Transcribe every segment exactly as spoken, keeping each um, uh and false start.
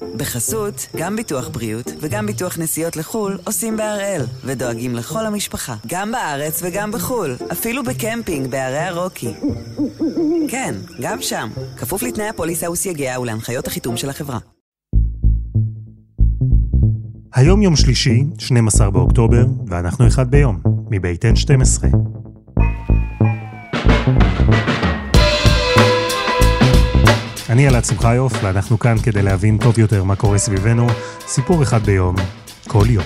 בחסות, גם ביטוח בריאות וגם ביטוח נסיעות לחול עושים בהראל, ודואגים לכל המשפחה, גם בארץ וגם בחול, אפילו בקמפינג בערי הרוקי. כן, גם שם, כפוף לתנאי הפוליסה וסייגיה ולהנחיות החיתום של החברה. היום יום שלישי, שנים עשר באוקטובר, ואנחנו אחד ביום, מבית אן שתים עשרה. אני אלעד שמחיוף, ואנחנו כאן כדי להבין טוב יותר מה קורה סביבנו, סיפור אחד ביום, כל יום.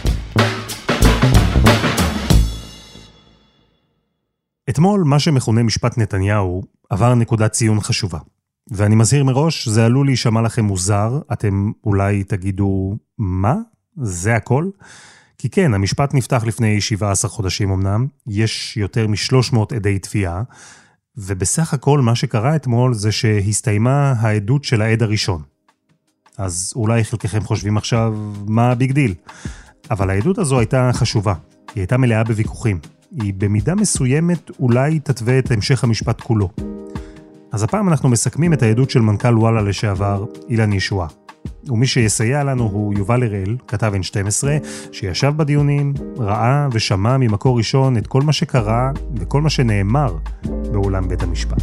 אתמול, מה שמכונה משפט נתניהו, עבר נקודת ציון חשובה. ואני מזהיר מראש, זה עלול להישמע לכם מוזר, אתם אולי תגידו, מה? זה הכל? כי כן, המשפט נפתח לפני שבעה עשר חודשים אמנם, יש יותר מ-שלוש מאות עדי תביעה, ובסך הכל מה שקרה אתמול זה שהסתיימה העדות של העד הראשון. אז אולי חלקכם חושבים עכשיו, מה הביג דיל? אבל העדות הזו הייתה חשובה, היא הייתה מלאה בוויכוחים, היא במידה מסוימת אולי תתווה את המשך המשפט כולו. אז הפעם אנחנו מסכמים את העדות של מנכ"ל וואלה לשעבר, אילן ישועה. ומי שיסייע לנו הוא יובל הראל, כתב אן שתים עשרה, שישב בדיונים, ראה ושמע ממקור ראשון את כל מה שקרה וכל מה שנאמר באולם בית המשפט.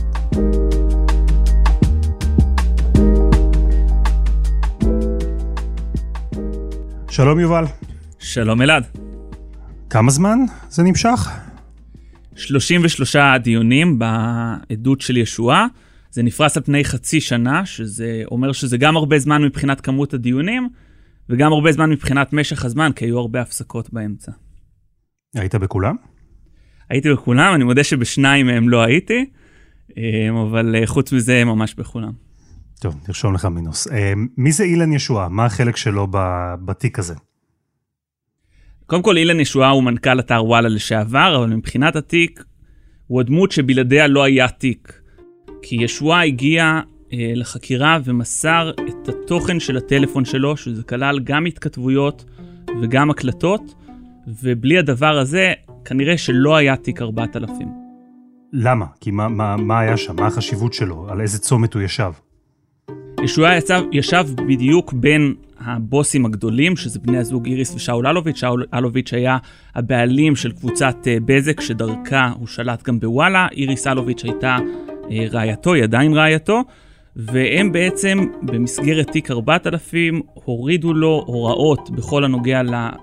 שלום יובל. שלום אלעד. כמה זמן זה נמשך? שלושים ושלושה דיונים בעדות של ישועה. זה נפרס על פני חצי שנה, שזה אומר שזה גם הרבה זמן מבחינת כמות הדיונים, וגם הרבה זמן מבחינת משך הזמן, כי היו הרבה הפסקות באמצע. היית בכולם? הייתי בכולם, אני מודה שבשניים מהם לא הייתי, אבל חוץ מזה ממש בכולם. טוב, נרשום לך מינוס. מי זה אילן ישועה? מה החלק שלו בתיק הזה? קודם כל, אילן ישועה הוא מנכ"ל אתר וואלה לשעבר, אבל מבחינת התיק, הוא הדמות שבלעדיה לא היה תיק. כי ישועה הגיע אה, לחקירה ומסר את התוכן של הטלפון שלו, שזה כלל גם התכתבויות וגם הקלטות, ובלי הדבר הזה כנראה שלא היה תיק ארבעת אלפים. למה? כי מה, מה, מה היה שם? מה החשיבות שלו? על איזה צומת הוא ישב? ישועה ישב, ישב בדיוק בין הבוסים הגדולים, שזה בני הזוג איריס ושאול אלוביץ'. שאול אלוביץ' היה הבעלים של קבוצת בזק, שדרכה הוא שלט גם בוואלה. איריס אלוביץ' הייתה רעייתו, היא עדיין רעייתו, והם בעצם במסגרת תיק ארבעת אלפים הורידו לו הוראות בכל הנוגע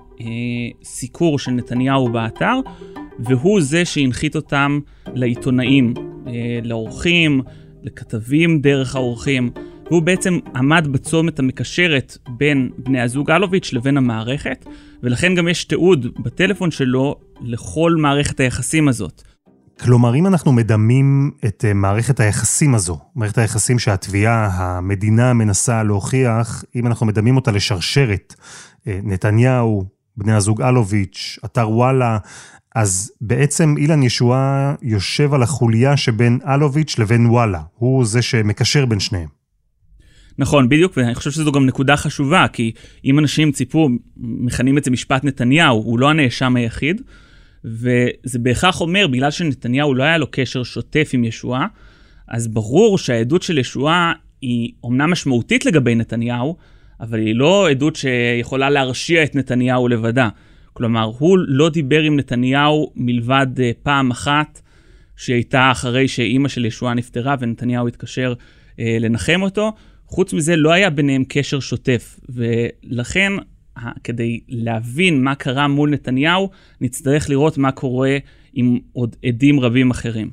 לסיקור של נתניהו באתר, והוא זה שהנחית אותם לעיתונאים, לאורחים, לכתבים דרך האורחים, והוא בעצם עמד בצומת המקשרת בין בני הזוג אלוביץ' לבין המערכת, ולכן גם יש תיעוד בטלפון שלו לכל מערכת היחסים הזאת. כלומר, אם אנחנו מדמים את מערכת היחסים הזו, מערכת היחסים שהתביעה, המדינה מנסה להוכיח, אם אנחנו מדמים אותה לשרשרת, נתניהו, בני הזוג אלוביץ', אתר וואלה, אז בעצם אילן ישועה יושב על החוליה שבין אלוביץ' לבין וואלה. הוא זה שמקשר בין שניהם. נכון, בדיוק, ואני חושב שזו גם נקודה חשובה, כי אם אנשים ציפו, מכנים את זה משפט נתניהו, הוא לא הנאשם היחיד, וזה בהכרח אומר, בגלל שנתניהו לא היה לו קשר שוטף עם ישועה, אז ברור שהעדות של ישועה היא אומנם משמעותית לגבי נתניהו, אבל היא לא עדות שיכולה להרשיע את נתניהו לבדה. כלומר, הוא לא דיבר עם נתניהו מלבד פעם אחת, שהייתה אחרי שאימא של ישועה נפטרה, ונתניהו התקשר אה, לנחם אותו. חוץ מזה לא היה ביניהם קשר שוטף, ולכן כדי להבין מה קרה מול נתניהו, נצטרך לראות מה קורה עם עוד עדים רבים אחרים.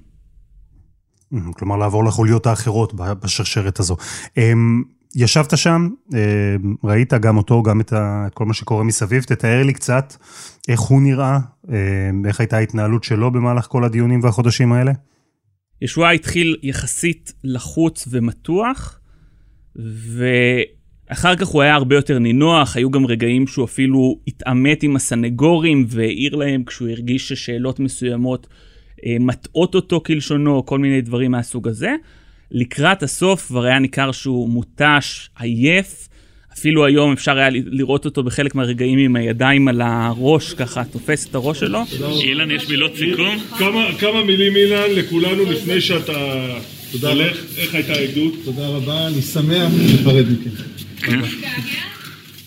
כלומר, לעבור לחוליות האחרות בשרשרת הזו. ישבת שם, ראית גם אותו, גם את כל מה שקורה מסביב, תתאר לי קצת איך הוא נראה, איך הייתה ההתנהלות שלו במהלך כל הדיונים והחודשים האלה? ישועה התחיל יחסית לחוץ ומתוח, ואחר כך הוא היה הרבה יותר נינוח, היו גם רגעים שהוא אפילו התעמת עם הסנגורים, והעיר להם כשהוא הרגיש ששאלות מסוימות מטעות אותו כלשונו, כל מיני דברים מהסוג הזה. לקראת הסוף כבר היה ניכר שהוא מוטש, עייף, אפילו היום אפשר היה לראות אותו בחלק מהרגעים עם הידיים על הראש, ככה תופס את הראש שלו. אילן, יש מילות סיכום? כמה מילים אילן לכולנו לפני שאתה הולך, איך הייתה העדות? תודה רבה, אני שמח לפרד מכם.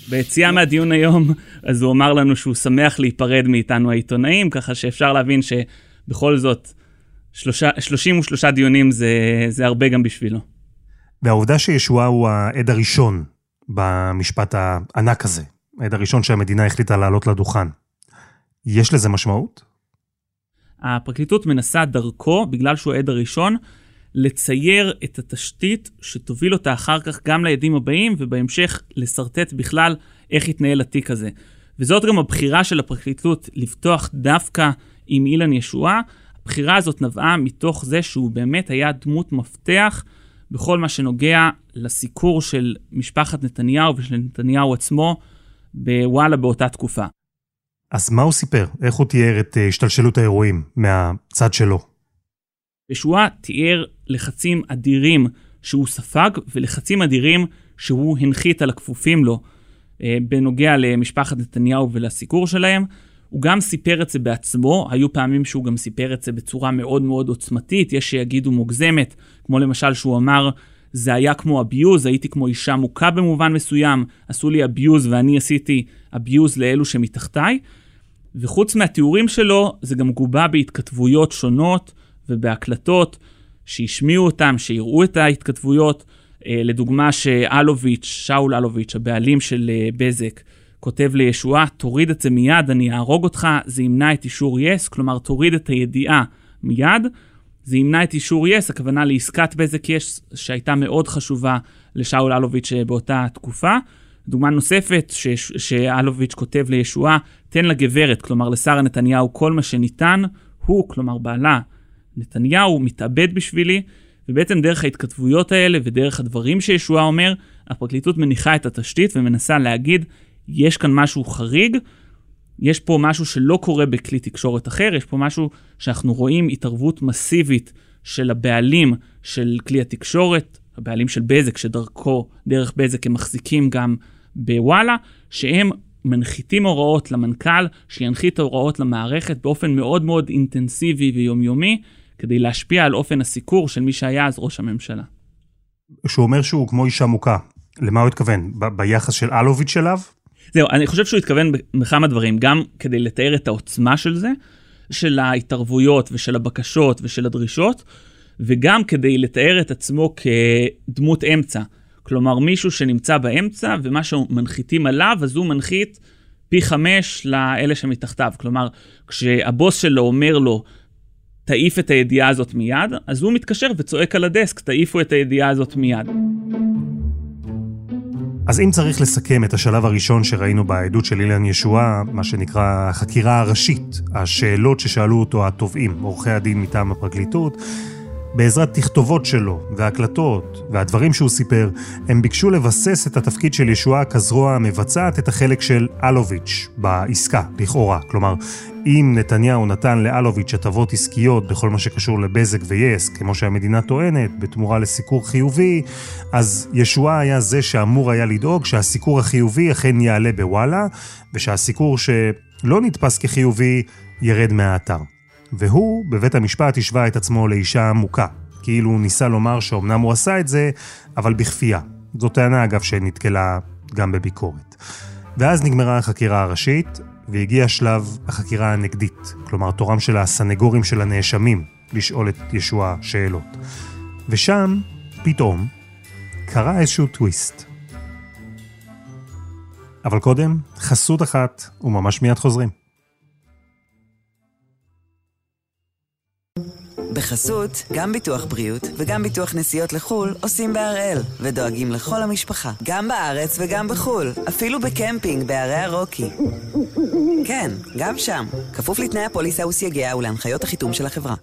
ביציאה מהדיון היום, אז הוא אמר לנו שהוא שמח להיפרד מאיתנו העיתונאים, ככה שאפשר להבין שבכל זאת, שלושה, שלושים ושלושה דיונים זה, זה הרבה גם בשבילו. והעובדה שישוע הוא העד הראשון במשפט הענק הזה, העד הראשון שהמדינה החליטה לעלות לדוכן, יש לזה משמעות? הפרקליטות מנסה דרכו, בגלל שהוא העד הראשון, לצייר את התשתית שתוביל אותה אחר כך גם לידים הבאים, ובהמשך לסרטט בכלל איך יתנהל התיק הזה. וזאת גם הבחירה של הפרקליטות לפתוח דווקא עם אילן ישועה. הבחירה הזאת נבעה מתוך זה שהוא באמת היה דמות מפתח בכל מה שנוגע לסיקור של משפחת נתניהו ושל נתניהו עצמו בוואלה באותה תקופה. אז מה הוא סיפר? איך הוא תיאר את השתלשלות האירועים מהצד שלו? ישועה תיאר לחצים אדירים שהוא ספג, ולחצים אדירים שהוא הנחית על הכפופים לו, בנוגע למשפחת נתניהו ולסיקור שלהם. הוא גם סיפר את זה בעצמו, היו פעמים שהוא גם סיפר את זה בצורה מאוד מאוד עוצמתית, יש שיגידו מוגזמת, כמו למשל שהוא אמר, זה היה כמו אביוז, הייתי כמו אישה מוכה במובן מסוים, עשו לי אביוז ואני עשיתי אביוז לאלו שמתחתיי, וחוץ מהתיאורים שלו, זה גם גובה בהתכתבויות שונות ובהקלטות, שישמיעו אותם, שיראו את ההתכתבויות, לדוגמה שאלוביץ', שאול אלוביץ', הבעלים של בזק, כותב לישועה, תוריד את זה מיד, אני אהרוג אותך, זה ימנע את אישור יס, כלומר תוריד את הידיעה מיד, זה ימנע את אישור יס, הכוונה לעסקת בזק יש, שהייתה מאוד חשובה לשאול אלוביץ' באותה תקופה. דוגמה נוספת ש... שאלוביץ' כותב לישועה, תן לגברת, כלומר לשרה נתניהו, כל מה שניתן, הוא, כלומר בעלה, נתניהו מתאבד בשבילי, ובעצם דרך ההתכתבויות האלה ודרך הדברים שישועה אומר, הפרקליטות מניחה את התשתית ומנסה להגיד, יש כאן משהו חריג, יש פה משהו שלא קורה בכלי תקשורת אחר, יש פה משהו שאנחנו רואים התערבות מסיבית של הבעלים של כלי התקשורת, הבעלים של בזק, שדרכו, דרך בזק הם מחזיקים גם בוואלה, שהם מנחיתים הוראות למנכ"ל, שינחית הוראות למערכת באופן מאוד מאוד אינטנסיבי ויומיומי, כדי להשפיע על אופן הסיקור של מי שהיה אז ראש הממשלה. שהוא אומר שהוא כמו אישה מוכה, למה הוא התכוון? ב- ביחס של אלוביץ' אליו? זהו, אני חושב שהוא התכוון בכמה דברים, גם כדי לתאר את העוצמה של זה, של ההתערבויות ושל הבקשות ושל הדרישות, וגם כדי לתאר את עצמו כדמות אמצע. כלומר, מישהו שנמצא באמצע, ומה שמנחיתים עליו, אז הוא מנחית פי חמש לאלה שמתחתיו. כלומר, כשהבוס שלו אומר לו, תעיף את הידיעה הזאת מיד, אז הוא מתקשר וצועק על הדסק, תעיפו את הידיעה הזאת מיד. אז אם צריך לסכם את השלב הראשון שראינו בעדות של אילן ישועה, מה שנקרא החקירה הראשית, השאלות ששאלו אותו התובעים, עורכי הדין מטעם הפרקליטות, בעזרת תכתובות שלו והקלטות והדברים שהוא סיפר, הם ביקשו לבסס את התפקיד של ישועה כזרוע המבצעת את החלק של אלוביץ' בעסקה, לכאורה. כלומר, אם נתניהו נתן לאלוביץ' הטבות עסקיות בכל מה שקשור לבזק ויס, כמו שהמדינה טוענת, בתמורה לסיקור חיובי, אז ישועה היה זה שאמור היה לדאוג שהסיקור החיובי אכן יעלה בוואלה, ושהסיקור שלא נתפס כחיובי ירד מהאתר. והוא בבית המשפט השווה את עצמו לאישה מוכה, כאילו הוא ניסה לומר שאומנם הוא עשה את זה, אבל בכפייה. זו טענה אגב שנתקלה גם בביקורת. ואז נגמרה החקירה הראשית, והגיע שלב החקירה הנגדית, כלומר תורם של הסנגורים של הנאשמים, לשאול את ישועה שאלות. ושם, פתאום, קרה איזשהו טוויסט. אבל קודם, חסות אחת, וממש מיד חוזרים. בחסות, גם ביטוח בריאות וגם ביטוח נסיעות לחול עושים בהראל, ודואגים לכל המשפחה, גם בארץ וגם בחול, אפילו בקמפינג בערי הרוקי. כן, גם שם, כפוף לתנאי הפוליסה וסייגיה ולהנחיות החיתום של החברה.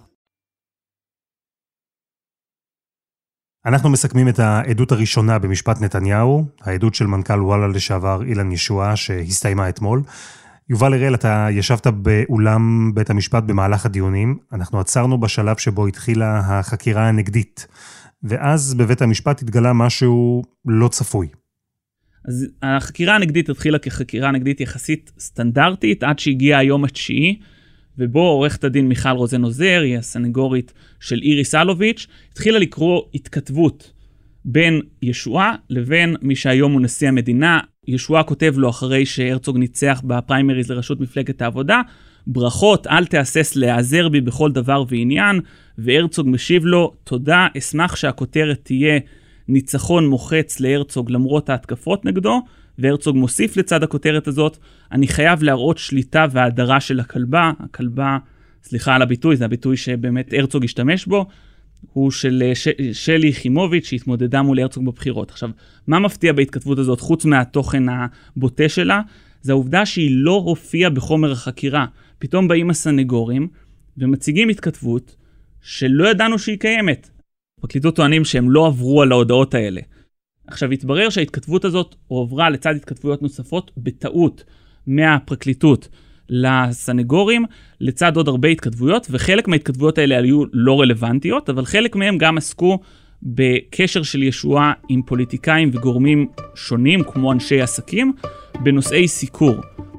אנחנו מסכמים את העדות הראשונה במשפט נתניהו, העדות של מנכ"ל וואלה לשעבר אילן ישועה שהסתיימה אתמול. יובל הראל, אתה ישבת באולם בית המשפט במהלך הדיונים, אנחנו עצרנו בשלב שבו התחילה החקירה הנגדית, ואז בבית המשפט התגלה משהו לא צפוי. אז החקירה הנגדית התחילה כחקירה נגדית יחסית סטנדרטית, עד שהגיע היום התשיעי, ובו עורכת הדין מיכל רוזן עוזר, היא הסנגורית של איריס אלוביץ', התחילה לקרוא התכתבות בין ישועה לבין מי שהיום הוא נשיא המדינה, ישועה כותב לו אחרי שהרצוג ניצח בפריימריז לראשות מפלגת העבודה, ברכות, אל תאסס להיעזר בי בכל דבר ועניין, והרצוג משיב לו, תודה, אשמח שהכותרת תהיה ניצחון מוחץ להרצוג למרות ההתקפות נגדו, והרצוג מוסיף לצד הכותרת הזאת, אני חייב להראות שליטה והדרה של הכלבה, הכלבה, סליחה על הביטוי, זה הביטוי שבאמת הרצוג השתמש בו, הוא של ש... שלי יחימוביץ' שהתמודדה מול הרצוג בבחירות. עכשיו, מה מפתיע בהתכתבות הזאת, חוץ מהתוכן הבוטה שלה, זה העובדה שהיא לא הופיעה בחומר החקירה. פתאום באים הסנגורים ומציגים התכתבות שלא ידענו שהיא קיימת. פרקליטות טוענים שהם לא עברו על ההודעות האלה. עכשיו, התברר שההתכתבות הזאת הועברה לצד התכתבויות נוספות בטעות מהפרקליטות לסנגורים, לצד עוד הרבה התכתבויות, וחלק מההתכתבויות האלה היו לא רלוונטיות, אבל חלק מהם גם עסקו בקשר של ישועה עם פוליטיקאים וגורמים שונים, כמו אנשי עסקים, בנושאי סיקור.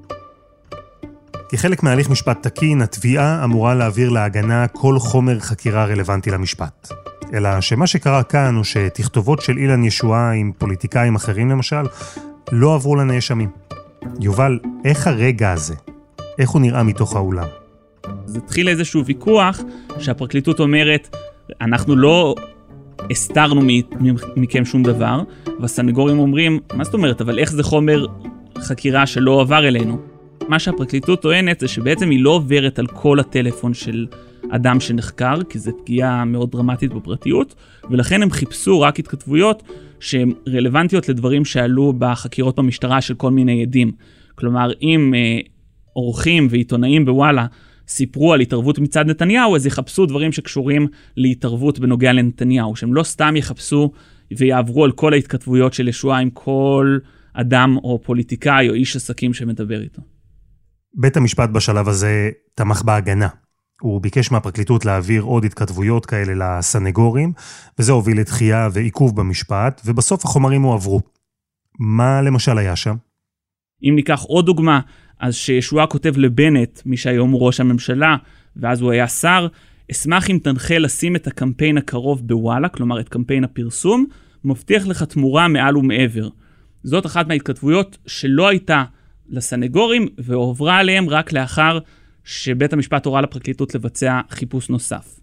כחלק מהליך משפט תקין, התביעה אמורה להעביר להגנה כל חומר חקירה רלוונטי למשפט. אלא שמה שקרה כאן הוא שתכתובות של אילן ישועה עם פוליטיקאים אחרים למשל, לא עברו לנאשמים. יובל, איך הרגע הזה? איך הוא נראה מתוך האולם? זה התחיל איזשהו ויכוח שהפרקליטות אומרת, אנחנו לא הסתרנו מכם שום דבר, והסנגורים אומרים, מה זאת אומרת, אבל איך זה חומר חקירה שלא עבר אלינו? מה שהפרקליטות טוענת זה שבעצם היא לא עוברת על כל הטלפון של אדם שנחקר, כי זה פגיעה מאוד דרמטית בפרטיות, ולכן הם חיפשו רק התכתבויות שהן רלוונטיות לדברים שעלו בחקירות במשטרה של כל מיני עדים. כלומר, אם אה, אורחים ועיתונאים בוואלה סיפרו על התערבות מצד נתניהו, אז יחפשו דברים שקשורים להתערבות בנוגע לנתניהו, שהם לא סתם יחפשו ויעברו על כל ההתכתבויות של ישועה עם כל אדם או פוליטיקאי או איש עסקים שמדבר איתו. בית המשפט בשלב הזה תמך בהגנה. הוא ביקש מהפרקליטות להעביר עוד התכתבויות כאלה לסנגורים, וזה הוביל לתחייה ועיכוב במשפט, ובסוף החומרים הועברו. מה למשל היה שם? אם ניקח עוד דוגמה, אז שישועה כותב לבנט, מי שהיום הוא ראש הממשלה, ואז הוא היה שר, אשמח אם תנחה לשים את הקמפיין הקרוב בוואלה, כלומר את קמפיין הפרסום, מבטיח לך תמורה מעל ומעבר. זאת אחת מההתכתבויות שלא הייתה לסנגורים, והועברה עליהם רק לאחר שבית המשפט הורה לפרקליטות לבצע חיפוש נוסף.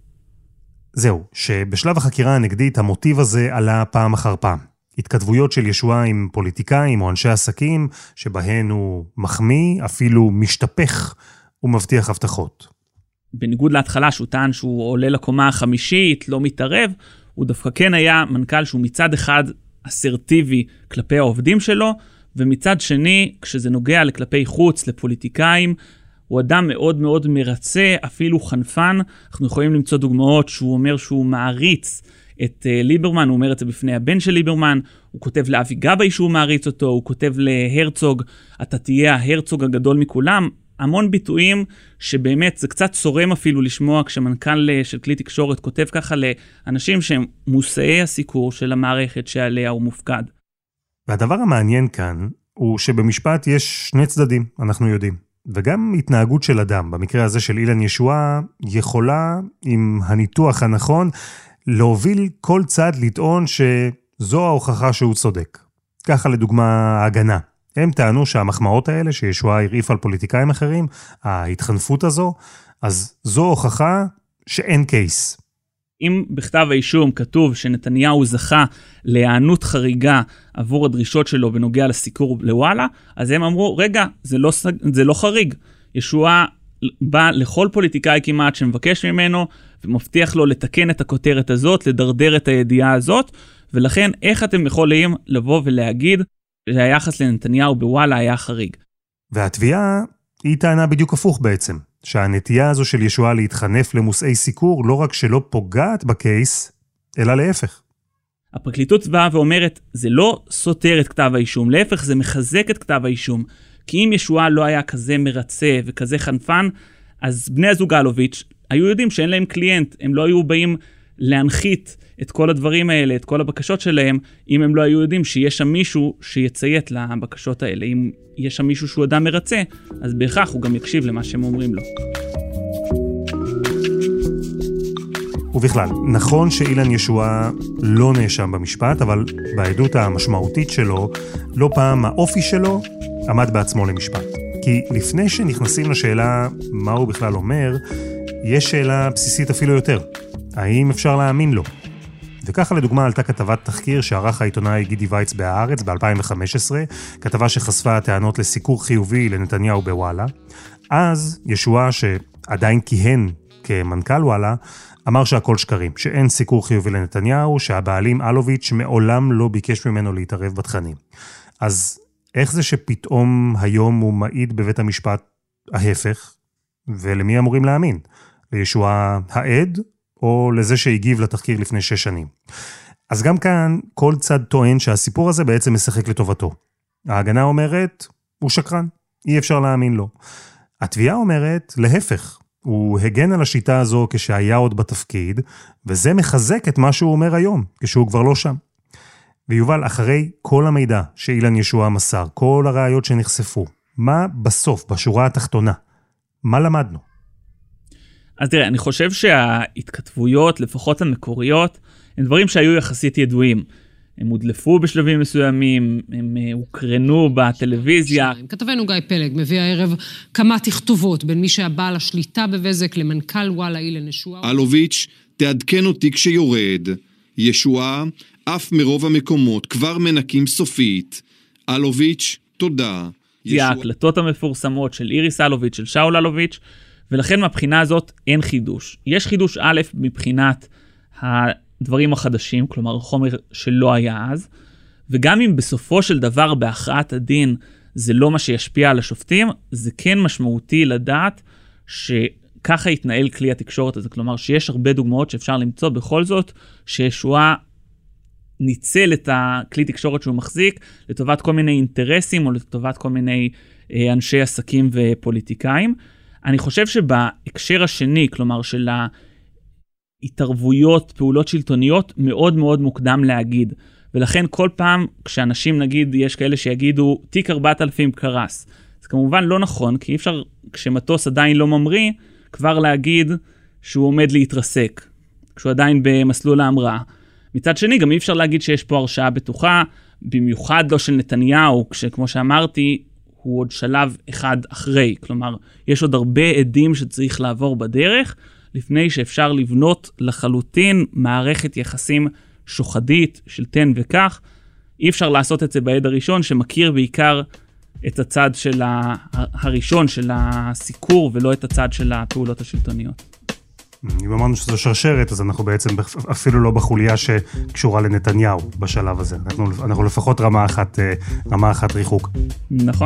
זהו, שבשלב החקירה הנגדית המוטיב הזה עלה פעם אחר פעם. התכתבויות של ישועה עם פוליטיקאים או אנשי עסקים, שבהן הוא מחמיא, אפילו משתפך ומבטיח הבטחות. בניגוד להתחלה שהוא טען שהוא עולה לקומה החמישית, לא מתערב, הוא דווקא כן היה מנכ"ל שהוא מצד אחד אסרטיבי כלפי העובדים שלו, ומצד שני, כשזה נוגע לכלפי חוץ, לפוליטיקאים, הוא אדם מאוד מאוד מרצה, אפילו חנפן. אנחנו יכולים למצוא דוגמאות שהוא אומר שהוא מעריץ את uh, ליברמן, הוא אומר את זה בפני הבן של ליברמן, הוא כותב לאבי גבאי שהוא מעריץ אותו, הוא כותב להרצוג, אתה תהיה ההרצוג הגדול מכולם, המון ביטויים שבאמת זה קצת צורם אפילו לשמוע כשמנכ"ל של כלי תקשורת כותב ככה לאנשים שהם מושאי הסיקור של המערכת שעליה הוא מופקד. והדבר המעניין כאן הוא שבמשפט יש שני צדדים, אנחנו יודעים. וגם התנהגות של אדם, במקרה הזה של אילן ישועה, יכולה, עם הניתוח הנכון, להוביל כל צד לטעון שזו ההוכחה שהוא צודק. ככה לדוגמה ההגנה. הם טענו שהמחמאות האלה שישועה הרעיף על פוליטיקאים אחרים, ההתחנפות הזו, אז זו הוכחה שאין קייס. אם בכתב האישום כתוב שנתניהו זכה להיענות חריגה עבור הדרישות שלו בנוגע לסיקור לוואלה, אז הם אמרו, רגע, זה לא, זה לא חריג. ישועה בא לכל פוליטיקאי כמעט שמבקש ממנו, ומבטיח לו לתקן את הכותרת הזאת, לדרדר את הידיעה הזאת, ולכן איך אתם יכולים לבוא ולהגיד שהיחס לנתניהו בוואלה היה חריג? והתביעה היא טענה בדיוק הפוך בעצם. שהנטייה הזו של ישועה להתחנף למושאי סיקור לא רק שלא פוגעת בקייס, אלא להפך. הפרקליטות באה ואומרת, זה לא סותר את כתב האישום, להפך זה מחזק את כתב האישום, כי אם ישועה לא היה כזה מרצה וכזה חנפן, אז בני הזוג אלוביץ' היו יודעים שאין להם קליינט, הם לא היו באים להנחית את כל הדברים האלה, את כל הבקשות שלהם, אם הם לא היו יודעים שיש שם מישהו שיציית לבקשות האלה. אם יש שם מישהו שהוא אדם מרצה, אז בהכרח הוא גם יקשיב למה שהם אומרים לו. ובכלל, נכון שאילן ישועה לא נאשם במשפט, אבל בעדות המשמעותית שלו, לא פעם האופי שלו עמד בעצמו למשפט. כי לפני שנכנסים לשאלה מה הוא בכלל אומר, יש שאלה בסיסית אפילו יותר. האם אפשר להאמין לו? וככה לדוגמה עלתה כתבת תחקיר שערך העיתונאי גידי וייץ בהארץ ב-אלפיים וחמש עשרה, כתבה שחשפה טענות לסיקור חיובי לנתניהו בוואלה. אז ישועה שעדיין כיהן כמנכ"ל וואלה, אמר שהכל שקרים, שאין סיקור חיובי לנתניהו, שהבעלים אלוביץ' מעולם לא ביקש ממנו להתערב בתכנים. אז איך זה שפתאום היום הוא מעיד בבית המשפט ההפך, ולמי אמורים להאמין? לישועה העד, או לזה שהגיב לתחקיר לפני שש שנים? אז גם כאן, כל צד טוען שהסיפור הזה בעצם משחק לטובתו. ההגנה אומרת, הוא שקרן, אי אפשר להאמין לו. התביעה אומרת, להפך, הוא הגן על השיטה הזו כשהיה עוד בתפקיד, וזה מחזק את מה שהוא אומר היום, כשהוא כבר לא שם. ויובל, אחרי כל המידע שאילן ישועה מסר, כל הראיות שנחשפו, מה בסוף, בשורה התחתונה? מה למדנו? אז תראה, אני חושב שההתכתבויות, לפחות המקוריות, הם דברים שהיו יחסית ידועים. הם הודלפו בשלבים מסוימים, הם הוקרנו בטלוויזיה. כתבנו גיא פלג מביא הערב כמה תכתובות בין מי שהבעל השליטה בבזק למנכ"ל וואלה אילן ישועה. אלוביץ', תעדכן אותי כשיורד. ישועה, אף מרוב המקומות כבר מנקים סופית. אלוביץ', תודה. זה ההקלטות המפורסמות של איריס אלוביץ', של שאול אלוביץ', ולכן מהבחינה הזאת אין חידוש. יש חידוש א' מבחינת הדברים החדשים, כלומר חומר שלא היה אז, וגם אם בסופו של דבר בהכרעת הדין זה לא מה שישפיע על השופטים, זה כן משמעותי לדעת שככה יתנהל כלי התקשורת הזה. כלומר שיש הרבה דוגמאות שאפשר למצוא בכל זאת, שישועה ניצל את הכלי תקשורת שהוא מחזיק לטובת כל מיני אינטרסים או לטובת כל מיני אה, אנשי עסקים ופוליטיקאים. אני חושב שבהקשר השני, כלומר של ההתערבויות, פעולות שלטוניות, מאוד מאוד מוקדם להגיד. ולכן כל פעם כשאנשים נגיד, יש כאלה שיגידו, תיק ארבעת אלפים קרס. זה כמובן לא נכון, כי אי אפשר, כשמטוס עדיין לא ממריא, כבר להגיד שהוא עומד להתרסק, כשהוא עדיין במסלול ההמראה. מצד שני, גם אי אפשר להגיד שיש פה הרשעה בטוחה, במיוחד לא של נתניהו, כשכמו שאמרתי, הוא עוד שלב אחד אחרי. כלומר, יש עוד הרבה עדים שצריך לעבור בדרך, לפני שאפשר לבנות לחלוטין מערכת יחסים שוחדית, של תן וכך. אי אפשר לעשות את זה בעד הראשון, שמכיר בעיקר את הצד של הראשון, של הסיקור, ולא את הצד של הפעולות השלטוניות. אם אמרנו שזו שרשרת, אז אנחנו בעצם אפילו לא בחוליה שקשורה לנתניהו בשלב הזה. אנחנו, אנחנו לפחות רמה אחת, רמה אחת ריחוק. נכון.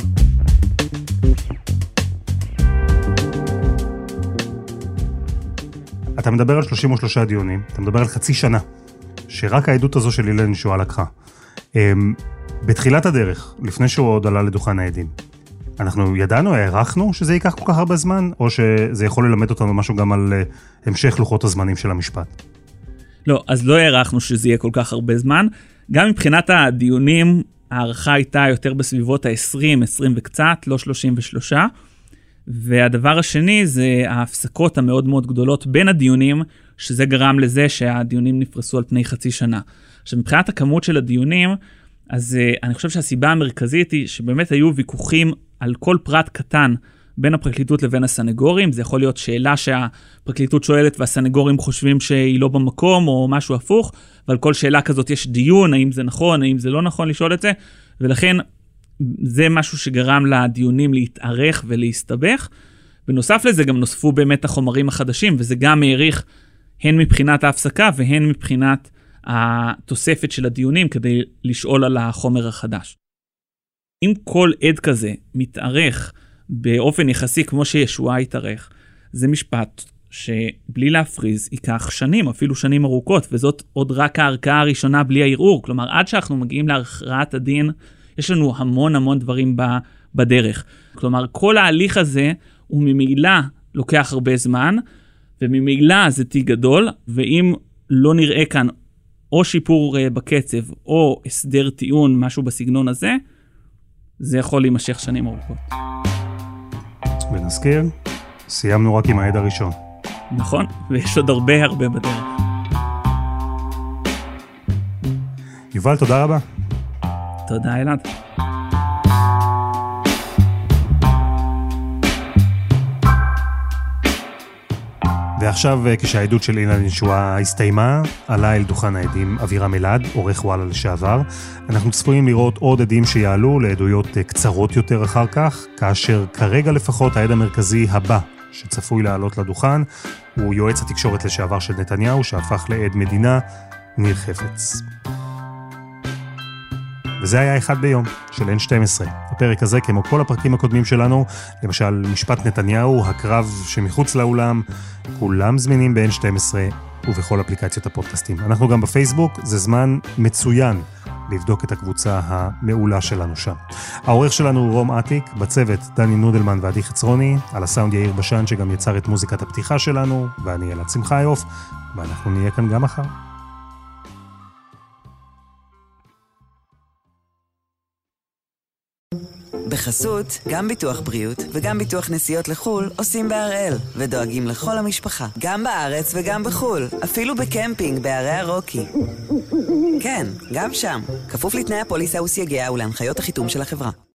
אתה מדבר על שלושים ושלושה דיונים, אתה מדבר על חצי שנה, שרק העדות הזו של אילן ישועה לקחה. בתחילת הדרך, לפני שהוא עוד עלה לדוכן העדים, אנחנו ידענו, הערכנו שזה ייקח כל כך הרבה זמן, או שזה יכול ללמד אותנו משהו גם על המשך לוחות הזמנים של המשפט? לא, אז לא הערכנו שזה יהיה כל כך הרבה זמן. גם מבחינת הדיונים, הערכה הייתה יותר בסביבות ה-עשרים, עשרים וקצת, לא שלושים ושלוש. והדבר השני זה ההפסקות המאוד מאוד גדולות בין הדיונים, שזה גרם לזה שהדיונים נפרסו על פני חצי שנה. עכשיו, מבחינת הכמות של הדיונים, אז uh, אני חושב שהסיבה המרכזית היא שבאמת היו ויכוחים על כל פרט קטן בין הפרקליטות לבין הסנגורים. זה יכול להיות שאלה שהפרקליטות שואלת והסנגורים חושבים שהיא לא במקום או משהו הפוך, ועל כל שאלה כזאת יש דיון, האם זה נכון, האם זה לא נכון לשאול את זה, ולכן זה משהו שגרם לדיונים להתארך ולהסתבך. בנוסף לזה גם נוספו באמת החומרים החדשים, וזה גם העריך הן מבחינת ההפסקה והן מבחינת התוספת של הדיונים כדי לשאול על החומר החדש. אם כל עד כזה מתארך באופן יחסי כמו שישועה יתארך, זה משפט שבלי להפריז ייקח שנים, אפילו שנים ארוכות, וזאת עוד רק הערכאה הראשונה בלי הערעור. כלומר, עד שאנחנו מגיעים להכרעת הדין, יש לנו המון המון דברים בדרך. כלומר, כל ההליך הזה הוא ממילא לוקח הרבה זמן, וממילא זה תיק גדול, ואם לא נראה כאן או שיפור בקצב, או הסדר טיעון, משהו בסגנון הזה, זה יכול להימשך שנים ארוכות. ונזכיר, סיימנו רק עם העד הראשון. נכון, ויש עוד הרבה הרבה בדרך. יובל, תודה רבה. תודה, אלעד. ועכשיו, כשהעדות של אילן ישועה הסתיימה, עלה אל דוכן העדים אבירם אלעד, עורך וואלה לשעבר. אנחנו צפויים לראות עוד עדים שיעלו לעדויות קצרות יותר אחר כך, כאשר כרגע לפחות העד המרכזי הבא שצפוי לעלות לדוכן, הוא יועץ התקשורת לשעבר של נתניהו, שהפך לעד מדינה, ניר חפץ. וזה היה אחד ביום של אן שתים עשרה. הפרק הזה, כמו כל הפרקים הקודמים שלנו, למשל משפט נתניהו, הקרב שמחוץ לאולם, כולם זמינים ב-אן שתים עשרה ובכל אפליקציות הפודקאסטים. אנחנו גם בפייסבוק, זה זמן מצוין לבדוק את הקבוצה המעולה שלנו שם. העורך שלנו הוא רום עתיק, בצוות דני נודלמן ועדי חצרוני, על הסאונד יאיר בשן שגם יצר את מוזיקת הפתיחה שלנו, ואני אלעד שמחיוף, ואנחנו נהיה כאן גם מחר. בחסות, גם ביטוח בריאות וגם ביטוח נסיעות לחול עושים בהראל ודואגים לכל המשפחה, גם בארץ וגם בחול, אפילו בקמפינג בערי הרוקי. כן, גם שם, כפוף לתנאי הפוליסה וסייגיה ולהנחיות החיתום של החברה.